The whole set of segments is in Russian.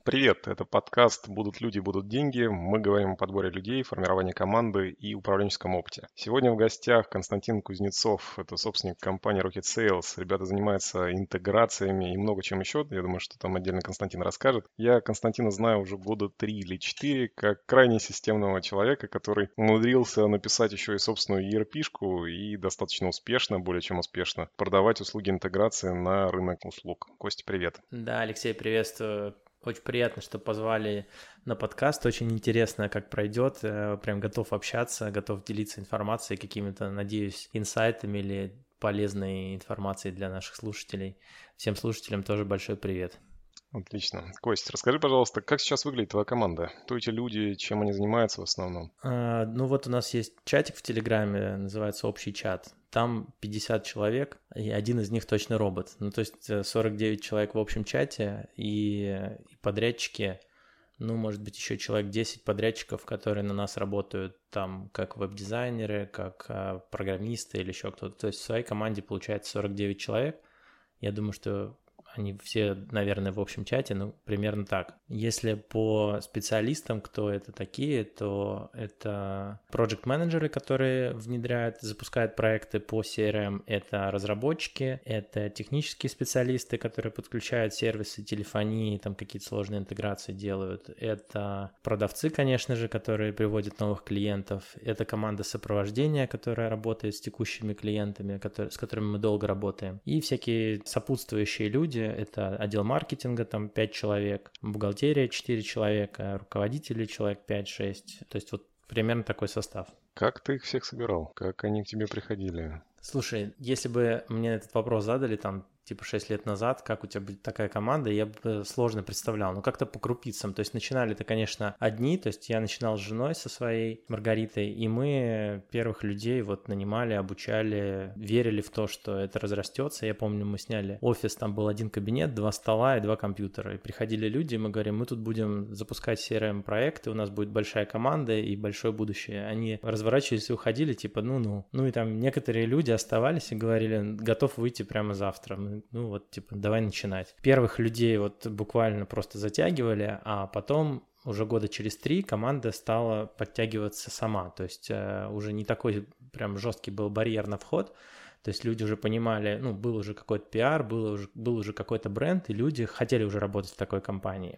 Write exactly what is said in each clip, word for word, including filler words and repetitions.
Привет, это подкаст «Будут люди, будут деньги». Мы говорим о подборе людей, формировании команды и управленческом опыте. Сегодня в гостях Константин Кузнецов, это собственник компании Rocket Sales. Ребята занимаются интеграциями и много чем еще. Я думаю, что там отдельно Константин расскажет. Я Константина знаю уже года три или четыре, как крайне системного человека, который умудрился написать еще и собственную и эр пи-шку и достаточно успешно, более чем успешно, продавать услуги интеграции на рынок услуг. Костя, привет. Да, Алексей, приветствую. Очень приятно, что позвали на подкаст. Очень интересно, как пройдет. Прям готов общаться, готов делиться информацией, какими-то, надеюсь, инсайтами или полезной информацией для наших слушателей. Всем слушателям тоже большой привет. Отлично. Кость, расскажи, пожалуйста, как сейчас выглядит твоя команда? Кто эти люди, чем они занимаются в основном? А, ну вот у нас есть чатик в Телеграме, называется «Общий чат». Там пятьдесят человек, и один из них точно робот. Ну, то есть сорок девять человек в общем чате, и, и подрядчики, ну, может быть, еще человек десять подрядчиков, которые на нас работают там как веб-дизайнеры, как а, программисты или еще кто-то. То есть в своей команде получается сорок девять человек. Я думаю, что они все, наверное, в общем чате, ну, примерно так. Если по специалистам, кто это такие, то это проект-менеджеры, которые внедряют, запускают проекты по си эр эм, это разработчики, это технические специалисты, которые подключают сервисы телефонии, там какие-то сложные интеграции делают, это продавцы, конечно же, которые приводят новых клиентов, это команда сопровождения, которая работает с текущими клиентами, которые, с которыми мы долго работаем, и всякие сопутствующие люди. Это отдел маркетинга, там пять человек, бухгалтерия четыре человека, руководители человек пять-шесть. То есть вот примерно такой состав. Как ты их всех собирал? Как они к тебе приходили? Слушай, если бы мне этот вопрос задали там типа шесть лет назад, как у тебя будет такая команда, я бы сложно представлял, но как-то по крупицам, то есть начинали-то, конечно, одни, то есть я начинал с женой со своей, Маргаритой, и мы первых людей вот нанимали, обучали, верили в то, что это разрастется. Я помню, мы сняли офис, там был один кабинет, два стола и два компьютера, и приходили люди, и мы говорим, мы тут будем запускать си эр эм-проекты, у нас будет большая команда и большое будущее. Они разворачивались и уходили, типа, ну-ну. Ну и там некоторые люди оставались и говорили, готов выйти прямо завтра. Мы, ну вот, типа, давай начинать. Первых людей вот буквально просто затягивали, а потом уже года через три команда стала подтягиваться сама. То есть э, уже не такой прям жесткий был барьер на вход. То есть люди уже понимали, ну, был уже какой-то пиар, был уже, был уже какой-то бренд, и люди хотели уже работать в такой компании.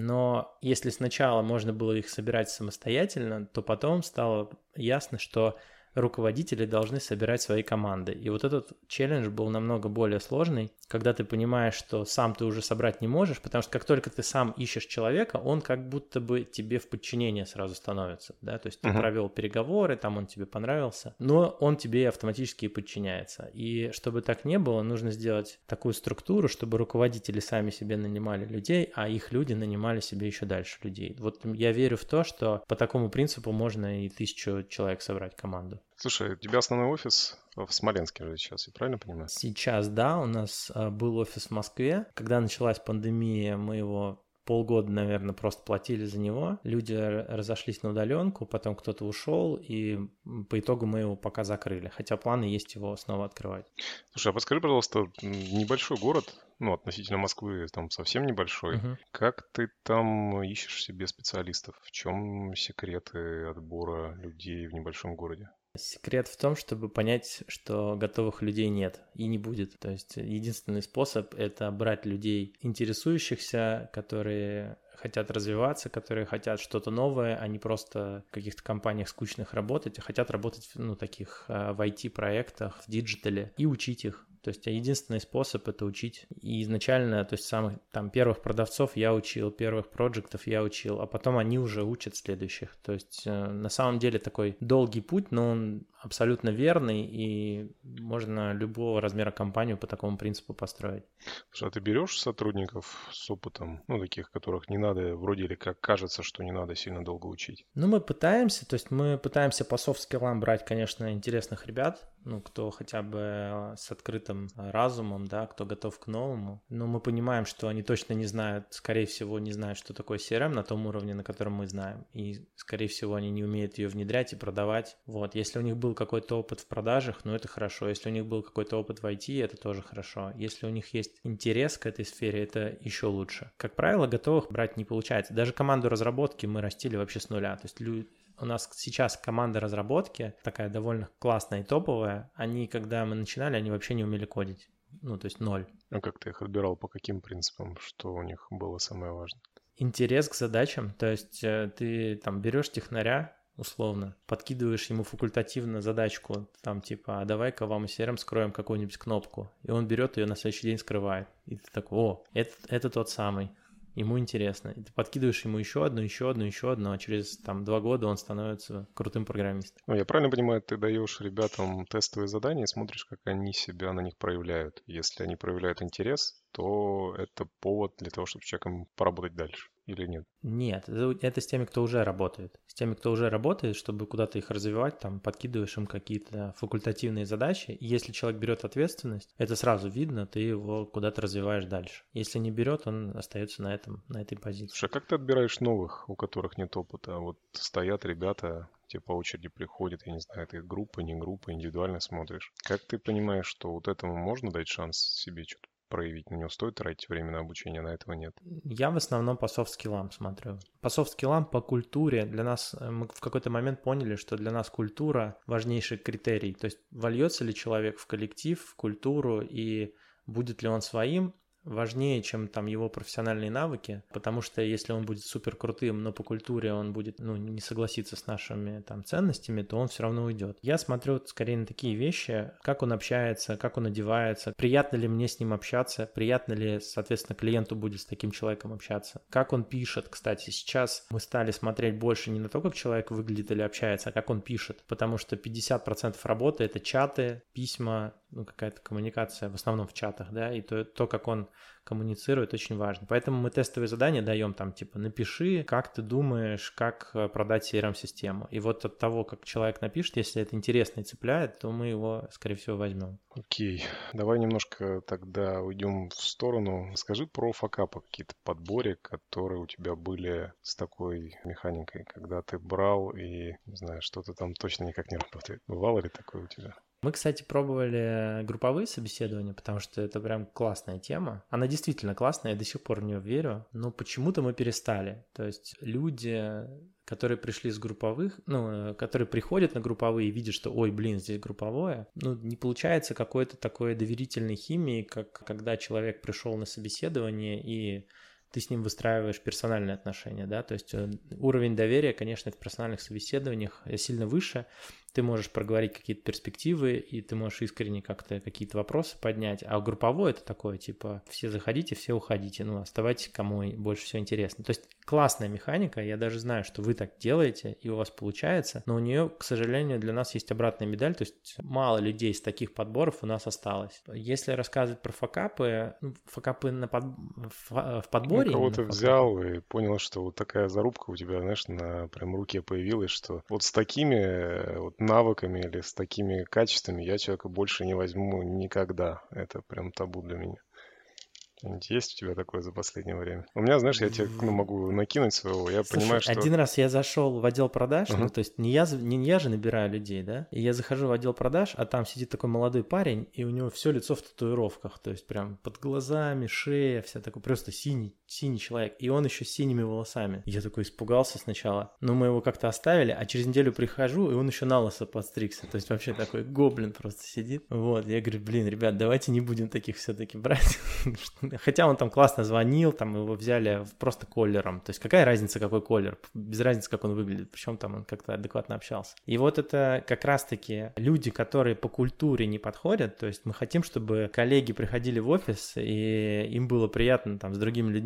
Но если сначала можно было их собирать самостоятельно, то потом стало ясно, что руководители должны собирать свои команды. И вот этот челлендж был намного более сложный, когда ты понимаешь, что сам ты уже собрать не можешь, потому что как только ты сам ищешь человека, он как будто бы тебе в подчинение сразу становится, да, то есть ты uh-huh. провел переговоры, там он тебе понравился, но он тебе автоматически и подчиняется. И чтобы так не было, нужно сделать такую структуру, чтобы руководители сами себе нанимали людей, а их люди нанимали себе еще дальше людей. Вот я верю в то, что по такому принципу можно и тысячу человек собрать команду. Слушай, у тебя основной офис в Смоленске же сейчас, я правильно понимаю? Сейчас, да, у нас был офис в Москве. Когда началась пандемия, мы его полгода, наверное, просто платили за него. Люди разошлись на удаленку, потом кто-то ушел, и по итогу мы его пока закрыли. Хотя планы есть его снова открывать. Слушай, а подскажи, пожалуйста, небольшой город, ну, относительно Москвы, там совсем небольшой. Uh-huh. Как ты там ищешь себе специалистов? В чем секреты отбора людей в небольшом городе? Секрет в том, чтобы понять, что готовых людей нет и не будет. То есть единственный способ – это брать людей, интересующихся, которые хотят развиваться, которые хотят что-то новое, а не просто в каких-то компаниях скучных работать, а хотят работать ну, таких в ай ти-проектах, в диджитале и учить их. То есть единственный способ – это учить. И изначально, то есть самых там первых продавцов я учил, первых проектов я учил, а потом они уже учат следующих. То есть э, на самом деле такой долгий путь, но он абсолютно верный, и можно любого размера компанию по такому принципу построить. Слушай, а ты берешь сотрудников с опытом, ну, таких, которых не надо, вроде или как кажется, что не надо сильно долго учить? Ну, мы пытаемся, то есть мы пытаемся по софт-скиллам брать, конечно, интересных ребят, ну, кто хотя бы с открытым разумом, да, кто готов к новому. Но мы понимаем, что они точно не знают, скорее всего, не знают, что такое си эр эм на том уровне, на котором мы знаем. И, скорее всего, они не умеют ее внедрять и продавать. Вот, если у них был какой-то опыт в продажах, ну, это хорошо. Если у них был какой-то опыт в ай ти, это тоже хорошо. Если у них есть интерес к этой сфере, это еще лучше. Как правило, готовых брать не получается. Даже команду разработки мы растили вообще с нуля. То есть люди... У нас сейчас команда разработки такая довольно классная и топовая. Они, когда мы начинали, они вообще не умели кодить. Ну, то есть ноль. А как ты их отбирал? По каким принципам? Что у них было самое важное? Интерес к задачам. То есть ты там берешь технаря, условно, подкидываешь ему факультативно задачку, там типа, а давай-ка вам си эр эм скроем какую-нибудь кнопку. И он берет ее на следующий день скрывает. И ты такой, о, это, это тот самый. Ему интересно. И ты подкидываешь ему еще одну, еще одну, еще одну, а через там два года он становится крутым программистом. Ну, я правильно понимаю, ты даешь ребятам тестовые задания и смотришь, как они себя на них проявляют. Если они проявляют интерес, то это повод для того, чтобы с человеком поработать дальше. Или нет? Нет, это, это с теми, кто уже работает. С теми, кто уже работает, чтобы куда-то их развивать, там подкидываешь им какие-то факультативные задачи. И если человек берет ответственность, это сразу видно, ты его куда-то развиваешь дальше. Если не берет, он остается на этом, на этой позиции. Слушай, а как ты отбираешь новых, у которых нет опыта? Вот стоят ребята, тебе по очереди приходят, я не знаю, ты группа, не группа, индивидуально смотришь. Как ты понимаешь, что вот этому можно дать шанс себе что-то проявить, на него стоит тратить время на обучение, а на этого нет? Я в основном по софт-скиллам смотрю. По софт-скиллам, по культуре. Для нас, мы в какой-то момент поняли, что для нас культура важнейший критерий. То есть вольется ли человек в коллектив, в культуру и будет ли он своим, важнее, чем там его профессиональные навыки, потому что если он будет супер крутым, но по культуре он будет, ну, не согласиться с нашими там ценностями, то он все равно уйдет. Я смотрю скорее на такие вещи, как он общается, как он одевается, приятно ли мне с ним общаться, приятно ли, соответственно, клиенту будет с таким человеком общаться, как он пишет. Кстати, сейчас мы стали смотреть больше не на то, как человек выглядит или общается, а как он пишет, потому что пятьдесят процентов работы — это чаты, письма, ну, какая-то коммуникация, в основном в чатах, да, и то, то, как он коммуницирует, очень важно. Поэтому мы тестовые задания даем там, типа, напиши, как ты думаешь, как продать си эр эм-систему. И вот от того, как человек напишет, если это интересно и цепляет, то мы его, скорее всего, возьмем. Окей, давай немножко тогда уйдем в сторону. Скажи про факапы, какие-то подборы, которые у тебя были с такой механикой, когда ты брал и, не знаю, что-то там точно никак не работает. Бывало ли такое у тебя? Мы, кстати, пробовали групповые собеседования, потому что это прям классная тема. Она действительно классная, я до сих пор в нее верю, но почему-то мы перестали. То есть люди, которые пришли с групповых, ну, которые приходят на групповые и видят, что, ой, блин, здесь групповое, ну, не получается какой-то такой доверительной химии, как когда человек пришел на собеседование и ты с ним выстраиваешь персональные отношения, да, то есть уровень доверия, конечно, в персональных собеседованиях сильно выше, ты можешь проговорить какие-то перспективы, и ты можешь искренне как-то какие-то вопросы поднять, а групповое это такое, типа, все заходите, все уходите, ну, оставайтесь, кому больше всего интересно. То есть классная механика, я даже знаю, что вы так делаете, и у вас получается, но у нее, к сожалению, для нас есть обратная медаль, то есть мало людей с таких подборов у нас осталось. Если рассказывать про факапы, ну, факапы на под... в подборе... Ну, кого ты взял и понял, что вот такая зарубка у тебя, знаешь, на прям руке появилась, что вот с такими вот навыками или с такими качествами я человека больше не возьму никогда. Это прям табу для меня. Есть у тебя такое за последнее время? У меня, знаешь, я тебе ну, могу накинуть своего. Я Слушай, понимаю, что... один раз я зашел в отдел продаж, uh-huh. ну, то есть не я, не я же набираю людей, да, и я захожу в отдел продаж, а там сидит такой молодой парень, и у него все лицо в татуировках, то есть прям под глазами, шея, вся такой просто синий, синий человек, и он еще с синими волосами. Я такой испугался сначала, но мы его как-то оставили, а через неделю прихожу, и он еще на лысо подстригся, то есть вообще такой гоблин просто сидит. Вот, я говорю, блин, ребят, давайте не будем таких все-таки брать. Хотя он там классно звонил, там его взяли просто коллером. То есть какая разница, какой коллер? Без разницы, как он выглядит. Причем там он как-то адекватно общался. И вот это как раз-таки люди, которые по культуре не подходят. То есть мы хотим, чтобы коллеги приходили в офис, и им было приятно там с другими людьми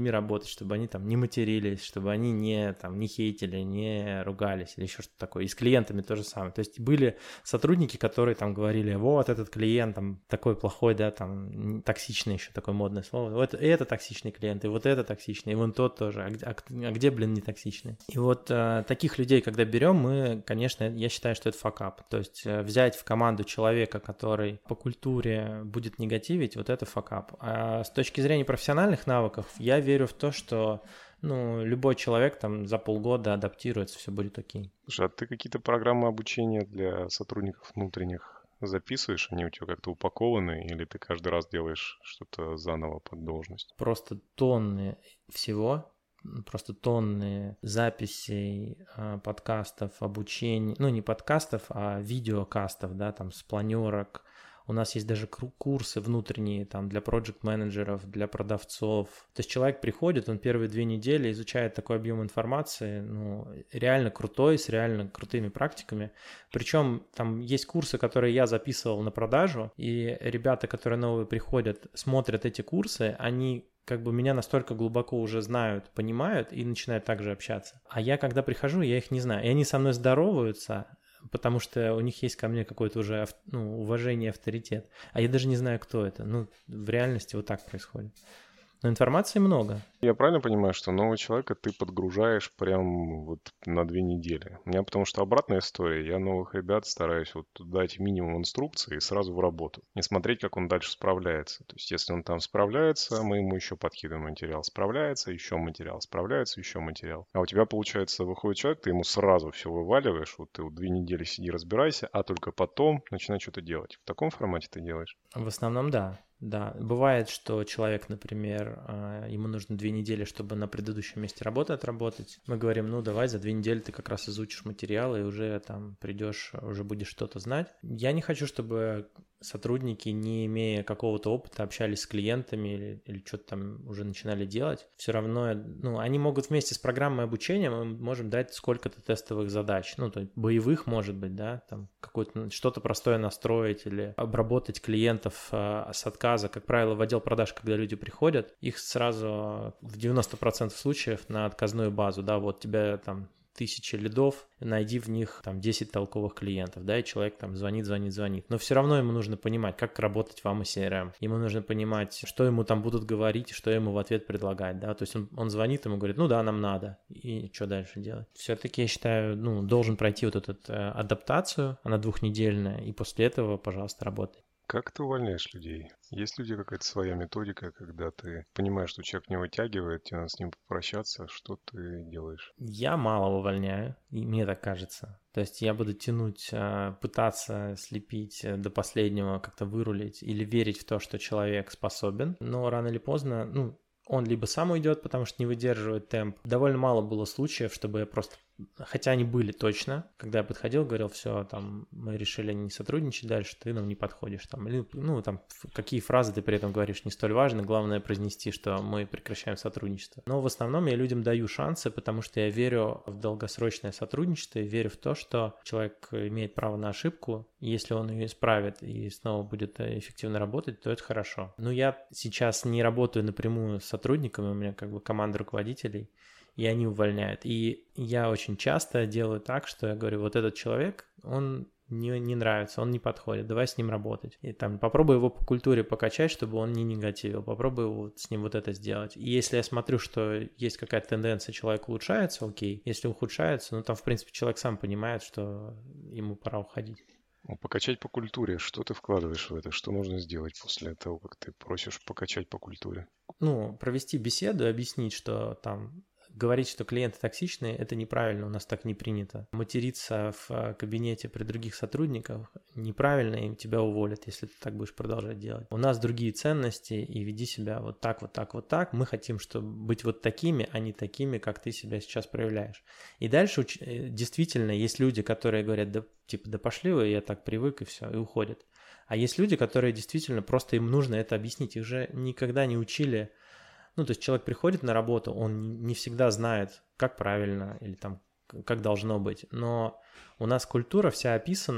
работать, чтобы они там не матерились, чтобы они не, там, не хейтили, не ругались или еще что-то такое. И с клиентами то же самое. То есть были сотрудники, которые там говорили, вот этот клиент там такой плохой, да, там токсичный еще такое модное слово. Вот это токсичный клиент, и вот это токсичный, и вон тот тоже. А где, а где блин, не токсичный? И вот а, таких людей, когда берем, мы, конечно, я считаю, что это факап. То есть взять в команду человека, который по культуре будет негативить, вот это факап. А с точки зрения профессиональных навыков, я верю в то, что ну, любой человек там за полгода адаптируется, все будет окей. Слушай, а ты какие-то программы обучения для сотрудников внутренних записываешь? Они у тебя как-то упакованы, или ты каждый раз делаешь что-то заново под должность? Просто тонны всего, просто тонны записей, подкастов, обучений, ну не подкастов, а видеокастов, да, там с планерок. У нас есть даже курсы внутренние там для проект-менеджеров, для продавцов. То есть человек приходит, он первые две недели изучает такой объем информации, ну, реально крутой, с реально крутыми практиками. Причем там есть курсы, которые я записывал на продажу, и ребята, которые новые приходят, смотрят эти курсы, они как бы меня настолько глубоко уже знают, понимают и начинают также общаться. А я, когда прихожу, я их не знаю. И они со мной здороваются, потому что у них есть ко мне какое-то уже ну, уважение, авторитет. А я даже не знаю, кто это. Ну, в реальности вот так происходит. Но информации много. Я правильно понимаю, что нового человека ты подгружаешь прям вот на две недели? У меня потому что обратная история. Я новых ребят стараюсь вот дать минимум инструкций и сразу в работу. Не смотреть, как он дальше справляется. То есть если он там справляется, мы ему еще подкидываем материал. Справляется, еще материал. Справляется, еще материал. А у тебя, получается, выходит человек, ты ему сразу все вываливаешь. Вот ты вот две недели сиди, разбирайся, а только потом начинай что-то делать. В таком формате ты делаешь? В основном, да. Да, бывает, что человек, например, ему нужно две недели, чтобы на предыдущем месте работы отработать. Мы говорим, ну давай за две недели ты как раз изучишь материалы и уже там придешь, уже будешь что-то знать. Я не хочу, чтобы сотрудники, не имея какого-то опыта, общались с клиентами или, или что-то там уже начинали делать. Все равно, ну, они могут вместе с программой обучения, мы можем дать сколько-то тестовых задач, ну, то есть боевых, может быть, да, там какое-то что-то простое настроить или обработать клиентов а, с отказа. Как правило, в отдел продаж, когда люди приходят, их сразу в девяносто процентов случаев на отказную базу, да, вот тебя там тысячи лидов, найди в них там десять толковых клиентов, да, и человек там звонит, звонит, звонит. Но все равно ему нужно понимать, как работать вам и си ар эм. Ему нужно понимать, что ему там будут говорить, что ему в ответ предлагать, да. То есть он, он звонит, ему говорит, ну да, нам надо. И что дальше делать? Все-таки, я считаю, ну, должен пройти вот эту э, адаптацию, она двухнедельная, и после этого, пожалуйста, работай. Как ты увольняешь людей? Есть ли у тебя какая-то своя методика, когда ты понимаешь, что человек не вытягивает, тебе надо с ним попрощаться, что ты делаешь? Я мало увольняю, и мне так кажется. То есть я буду тянуть, пытаться слепить до последнего, как-то вырулить или верить в то, что человек способен. Но рано или поздно, ну, он либо сам уйдет, потому что не выдерживает темп. Довольно мало было случаев, чтобы я просто... Хотя они были точно, когда я подходил, говорил, все, там, мы решили не сотрудничать дальше, ты нам не подходишь. Там, или, ну, там, какие фразы ты при этом говоришь, не столь важно, главное произнести, что мы прекращаем сотрудничество. Но в основном я людям даю шансы, потому что я верю в долгосрочное сотрудничество и верю в то, что человек имеет право на ошибку, и если он ее исправит и снова будет эффективно работать, то это хорошо. Но я сейчас не работаю напрямую с сотрудниками, у меня как бы команда руководителей, и они увольняют. И я очень часто делаю так, что я говорю, вот этот человек, он не, не нравится, он не подходит, давай с ним работать. И там попробуй его по культуре покачать, чтобы он не негативил, попробуй вот с ним вот это сделать. И если я смотрю, что есть какая-то тенденция, человек улучшается, окей. Если ухудшается, ну там, в принципе, человек сам понимает, что ему пора уходить. Ну, покачать по культуре. Что ты вкладываешь в это? Что нужно сделать после того, как ты просишь покачать по культуре? Ну, провести беседу, объяснить, что там... Говорить, что клиенты токсичные, это неправильно, у нас так не принято. Материться в кабинете при других сотрудниках неправильно, им тебя уволят, если ты так будешь продолжать делать. У нас другие ценности, и веди себя вот так, вот так, вот так. Мы хотим, чтобы быть вот такими, а не такими, как ты себя сейчас проявляешь. И дальше действительно есть люди, которые говорят, да типа, да пошли вы, я так привык, и все, и уходят. А есть люди, которые действительно просто им нужно это объяснить. Их же никогда не учили. Ну, то есть человек приходит на работу, он не всегда знает, как правильно или там, как должно быть. Но у нас культура вся описана,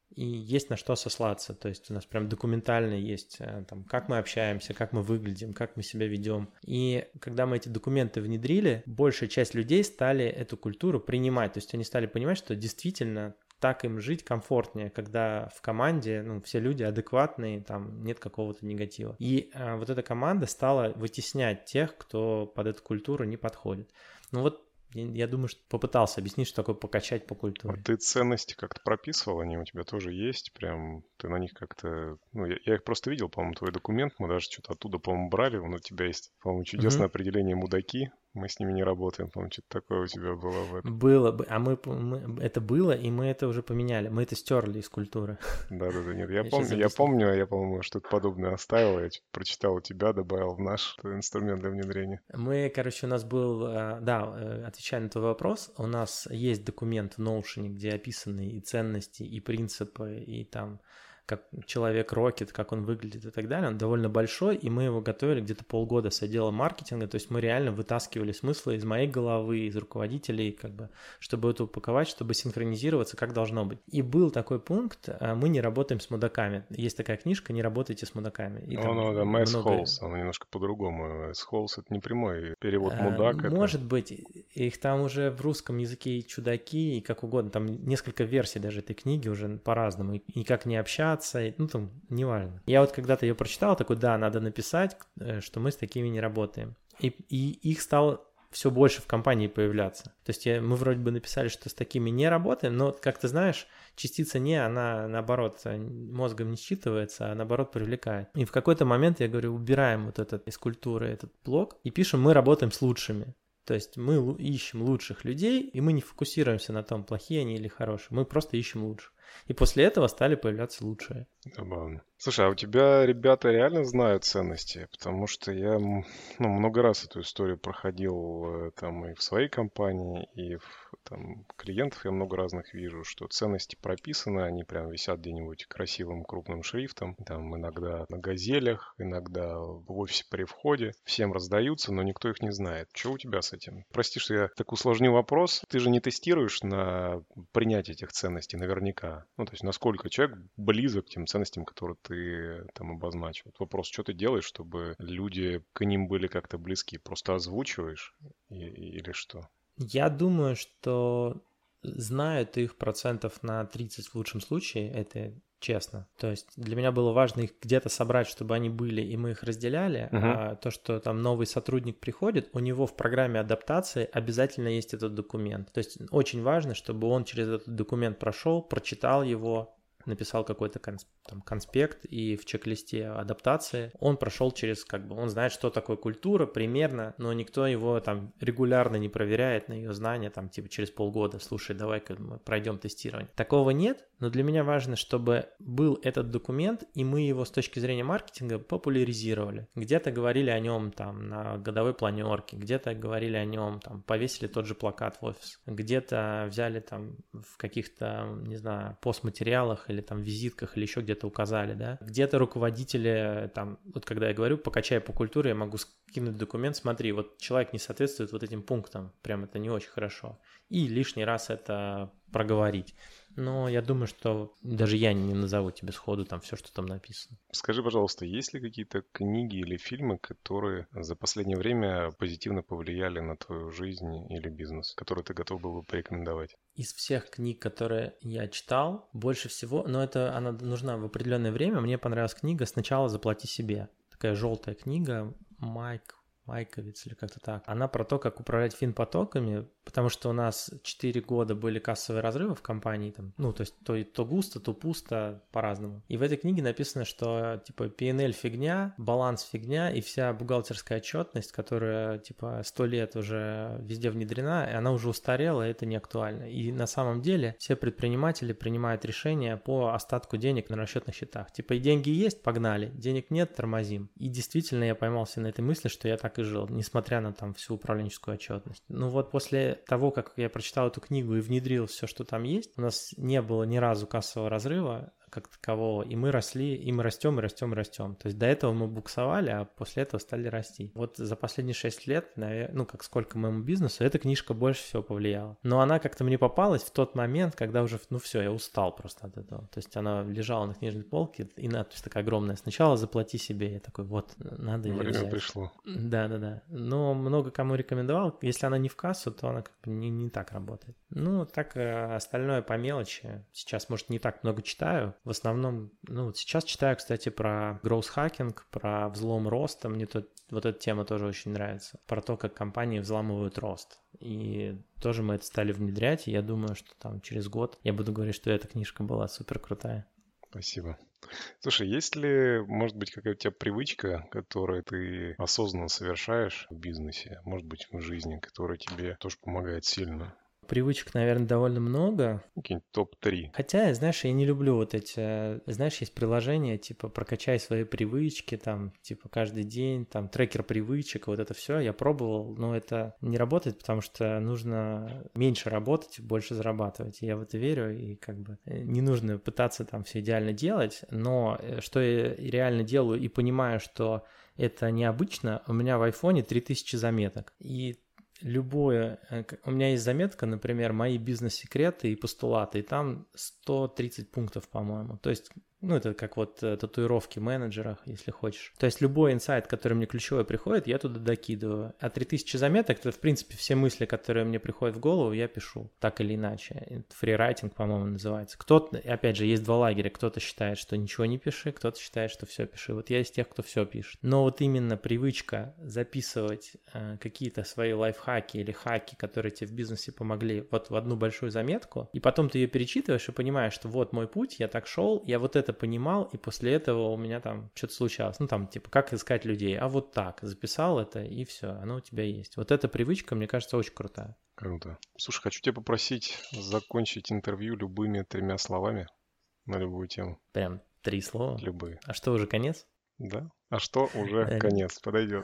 и есть на что сослаться. То есть у нас прям документально есть, там, как мы общаемся, как мы выглядим, как мы себя ведем. И когда мы эти документы внедрили, большая часть людей стали эту культуру принимать. То есть они стали понимать, что действительно так им жить комфортнее, когда в команде, ну, все люди адекватные, там нет какого-то негатива. И а, вот эта команда стала вытеснять тех, кто под эту культуру не подходит. Ну вот я думаю, что попытался объяснить, что такое покачать по культуре. А ты ценности как-то прописывал, они у тебя тоже есть, прям ты на них как-то... Ну, я, я их просто видел, по-моему, твой документ, мы даже что-то оттуда, по-моему, брали, он у тебя есть, по-моему, чудесное uh-huh. определение «мудаки», мы с ними не работаем, по-моему, что-то такое у тебя было в этом. Было бы, а мы, мы... Это было, и мы это уже поменяли, мы это стерли из культуры. Да-да-да, нет, я, я помню, я помню, я, по-моему, что-то подобное оставил, я что-то прочитал у тебя, добавил в наш инструмент для внедрения. Мы, короче, у нас был, да, отвечая на твой вопрос, у нас есть документ в Notion, где описаны и ценности, и принципы, и там как человек Рокет, как он выглядит и так далее. Он довольно большой, и мы его готовили где-то полгода с отделом маркетинга, то есть мы реально вытаскивали смыслы из моей головы, из руководителей, как бы, чтобы это упаковать, чтобы синхронизироваться, как должно быть. И был такой пункт, мы не работаем с мудаками. Есть такая книжка «Не работайте с мудаками». И ну, ну, да, Mass Holes, он немножко по-другому. Mass Holes — это не прямой перевод мудак. А, может это... быть, их там уже в русском языке и чудаки, и как угодно, там несколько версий даже этой книги уже по-разному, и, и как не общаться, ну там, неважно. Я вот когда-то ее прочитал, такой, да, надо написать, что мы с такими не работаем. И, и их стало все больше в компании появляться. То есть я, мы вроде бы написали, что с такими не работаем, но, как ты знаешь, частица «не», она, наоборот, мозгом не считывается, а наоборот привлекает. И в какой-то момент я говорю, убираем вот этот из культуры этот блок и пишем «мы работаем с лучшими». То есть мы ищем лучших людей, и мы не фокусируемся на том, плохие они или хорошие. Мы просто ищем лучших. И после этого стали появляться лучшие. Забавно. Слушай, а у тебя ребята реально знают ценности? Потому что я ну, много раз эту историю проходил там и в своей компании, и в там, клиентов я много разных вижу, что ценности прописаны, они прям висят где-нибудь красивым крупным шрифтом, там иногда на газелях, иногда в офисе при входе, всем раздаются, но никто их не знает. Что у тебя с этим? Прости, что я так усложню вопрос. Ты же не тестируешь на принятие этих ценностей наверняка. Ну, то есть, насколько человек близок к тем ценностям, которые ты там обозначил. Вот вопрос, что ты делаешь, чтобы люди к ним были как-то близки? Просто озвучиваешь и, или что? Я думаю, что знают их процентов на тридцать в лучшем случае, это честно. То есть для меня было важно их где-то собрать, чтобы они были, и мы их разделяли. Uh-huh. А то, что там новый сотрудник приходит, у него в программе адаптации обязательно есть этот документ. То есть очень важно, чтобы он через этот документ прошел, прочитал его, написал какой-то там конспект, и в чек-листе адаптации он прошел через, как бы, он знает, что такое культура примерно, но никто его там регулярно не проверяет на ее знания, там, типа, через полгода, слушай, давай-ка мы пройдем тестирование. Такого нет, но для меня важно, чтобы был этот документ, и мы его с точки зрения маркетинга популяризировали. Где-то говорили о нем там на годовой планерке, где-то говорили о нем, там, повесили тот же плакат в офис, где-то взяли там в каких-то, не знаю, постматериалах или там визитках или еще где-то указали, да. Где-то руководители, там, вот когда я говорю, покачай по культуре, я могу скинуть документ, смотри, вот человек не соответствует вот этим пунктам, прям это не очень хорошо. И лишний раз это проговорить. Но я думаю, что даже я не назову тебе сходу там все, что там написано. Скажи, пожалуйста, есть ли какие-то книги или фильмы, которые за последнее время позитивно повлияли на твою жизнь или бизнес, которые ты готов был бы порекомендовать? Из всех книг, которые я читал, больше всего, но это она нужна в определенное время, мне понравилась книга «Сначала заплати себе». Такая желтая книга, Майк Майковиц или как-то так. Она про то, как управлять финпотоками, потому что у нас четыре года были кассовые разрывы в компании, там, ну, то есть то, то густо, то пусто, по-разному. И в этой книге написано, что, типа, пи эн эл фигня, баланс фигня, и вся бухгалтерская отчетность, которая, типа, сто лет уже везде внедрена, и она уже устарела, и это не актуально. И на самом деле все предприниматели принимают решения по остатку денег на расчетных счетах. Типа, и деньги есть, погнали, денег нет, тормозим. И действительно я поймался на этой мысли, что я так и жил, несмотря на там всю управленческую отчетность. Ну вот после того, как я прочитал эту книгу и внедрил все, что там есть, у нас не было ни разу кассового разрыва, как такового, и мы росли, и мы растем, и растем, и растем. То есть до этого мы буксовали, а после этого стали расти. Вот за последние шесть лет, наверное, ну, как сколько моему бизнесу, эта книжка больше всего повлияла. Но она как-то мне попалась в тот момент, когда уже, ну, все, я устал просто от этого. То есть она лежала на книжной полке, и надпись такая огромная. Сначала заплати себе. Я такой, вот, надо ее Время взять. пришло. Да-да-да. Но много кому рекомендовал. Если она не в кассу, то она как бы не, не так работает. Ну, так э, остальное по мелочи. Сейчас, может, не так много читаю. В основном, ну, вот сейчас читаю, кстати, про growth hacking, про взлом роста. Мне тут вот эта тема тоже очень нравится. Про то, как компании взламывают рост. И тоже мы это стали внедрять. И я думаю, что там через год я буду говорить, что эта книжка была супер крутая. Спасибо. Слушай, есть ли, может быть, какая-то у тебя привычка, которую ты осознанно совершаешь в бизнесе, может быть, в жизни, которая тебе тоже помогает сильно? Привычек, наверное, довольно много. Какие-нибудь топ три. Хотя, знаешь, я не люблю вот эти... Знаешь, есть приложения, типа, прокачай свои привычки, там, типа, каждый день, там, трекер привычек, вот это все. Я пробовал, но это не работает, потому что нужно меньше работать, больше зарабатывать. И я в это верю, и как бы не нужно пытаться там все идеально делать, но что я реально делаю и понимаю, что это необычно, у меня в айфоне три тысячи заметок. И любое... У меня есть заметка, например, мои бизнес-секреты и постулаты, и там сто тридцать пунктов, по-моему. То есть, ну, это как вот татуировки в менеджерах, если хочешь. То есть любой инсайт, который мне ключевой приходит, я туда докидываю. А три тысячи заметок — это, в принципе, все мысли, которые мне приходят в голову, я пишу, так или иначе. Фрирайтинг, по-моему, называется. Кто-то, опять же, есть два лагеря. Кто-то считает, что ничего не пиши, кто-то считает, что все пиши. Вот я из тех, кто все пишет. Но вот именно привычка записывать э, какие-то свои лайфхаки или хаки, которые тебе в бизнесе помогли, вот в одну большую заметку, и потом ты ее перечитываешь и понимаешь, что вот мой путь, я так шел, я вот это понимал, и после этого у меня там что-то случалось. Ну, там, типа, как искать людей? А вот так, записал это, и все, оно у тебя есть. Вот эта привычка, мне кажется, очень крутая. Круто. Слушай, хочу тебя попросить закончить интервью любыми тремя словами на любую тему. Прям три слова? Любые. А что, уже конец? Да? А что уже конец? Подойдет.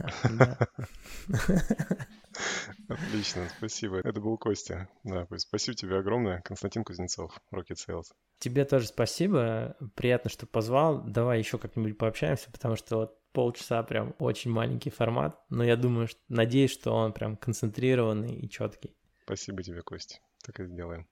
Отлично, спасибо. Это был Костя. Да, Кость, спасибо тебе огромное. Константин Кузнецов, Rocket Sales. Тебе тоже спасибо. Приятно, что позвал. Давай еще как-нибудь пообщаемся, потому что вот полчаса прям очень маленький формат. Но я думаю, что, надеюсь, что он прям концентрированный и четкий. Спасибо тебе, Костя. Так и сделаем.